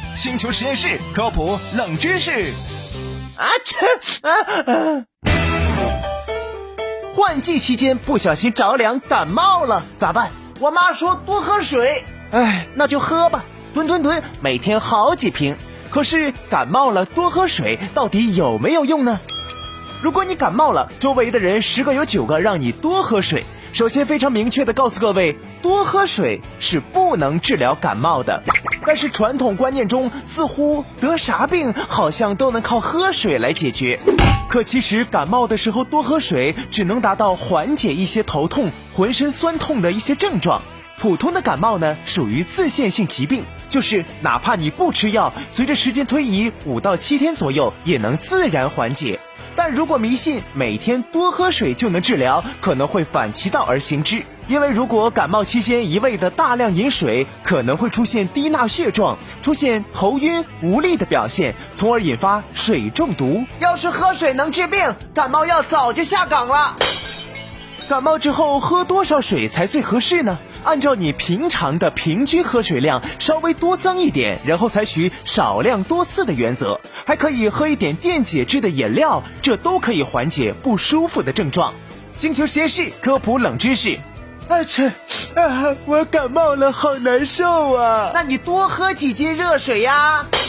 星球实验室科普冷知识。 换季期间不小心着凉感冒了咋办？ 我妈说多喝水。 那就喝吧，吨，每天好几瓶。可是感冒了多喝水到底有没有用呢？如果你感冒了，周围的人10个有9个让你多喝水。首先非常明确的告诉各位，多喝水是不能治疗感冒的。但是传统观念中似乎得啥病好像都能靠喝水来解决。可其实感冒的时候多喝水只能达到缓解一些头痛、浑身酸痛的一些症状。普通的感冒呢，属于自限性疾病，就是哪怕你不吃药，随着时间推移5到7天左右也能自然缓解。但如果迷信每天多喝水就能治疗，可能会反其道而行之。因为如果感冒期间一味的大量饮水，可能会出现低钠血状，出现头晕无力的表现，从而引发水中毒。 要是喝水能治病，感冒药早就下岗了。 感冒之后喝多少水才最合适呢？按照你平常的平均喝水量稍微多增一点，然后采取少量多次的原则，还可以喝一点电解质的饮料，这都可以缓解不舒服的症状。星球实验室科普冷知识。我感冒了好难受啊。 那你多喝几斤热水呀。